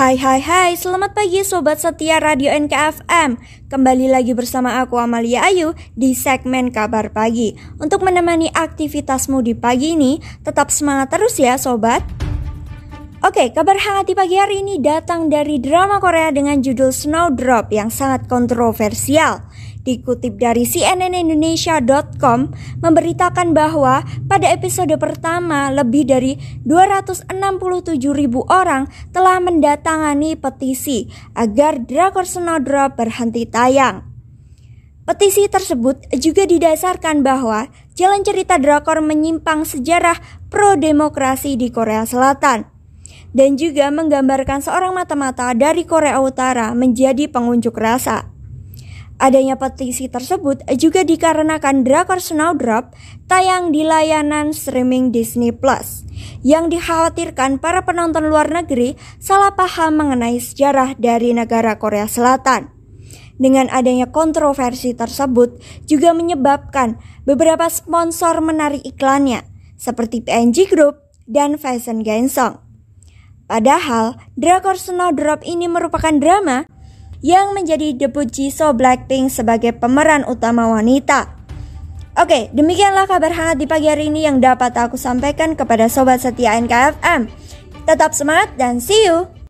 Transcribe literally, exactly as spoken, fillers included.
Hai hai hai, selamat pagi Sobat Setia Radio N K F M. Kembali lagi bersama aku Amalia Ayu di segmen Kabar Pagi. Untuk menemani aktivitasmu di pagi ini, tetap semangat terus ya Sobat. Oke, kabar hangat di pagi hari ini datang dari drama Korea dengan judul Snowdrop yang sangat kontroversial. Dikutip dari C N N Indonesia dot com memberitakan bahwa pada episode pertama lebih dari dua ratus enam puluh tujuh ribu orang telah mendatangani petisi agar drakor Snowdrop berhenti tayang. Petisi tersebut juga didasarkan bahwa jalan cerita drakor menyimpang sejarah pro-demokrasi di Korea Selatan dan juga menggambarkan seorang mata-mata dari Korea Utara menjadi pengunjuk rasa. Adanya petisi tersebut juga dikarenakan drakor Snowdrop tayang di layanan streaming Disney Plus yang dikhawatirkan para penonton luar negeri salah paham mengenai sejarah dari negara Korea Selatan. Dengan adanya kontroversi tersebut juga menyebabkan beberapa sponsor menarik iklannya seperti P N G Group dan Fashion Gansong. Padahal drakor Snowdrop ini merupakan drama yang menjadi debut Jisoo Blackpink sebagai pemeran utama wanita. Oke, demikianlah kabar hangat di pagi hari ini yang dapat aku sampaikan kepada Sobat Setia N K F M. Tetap semangat dan see you!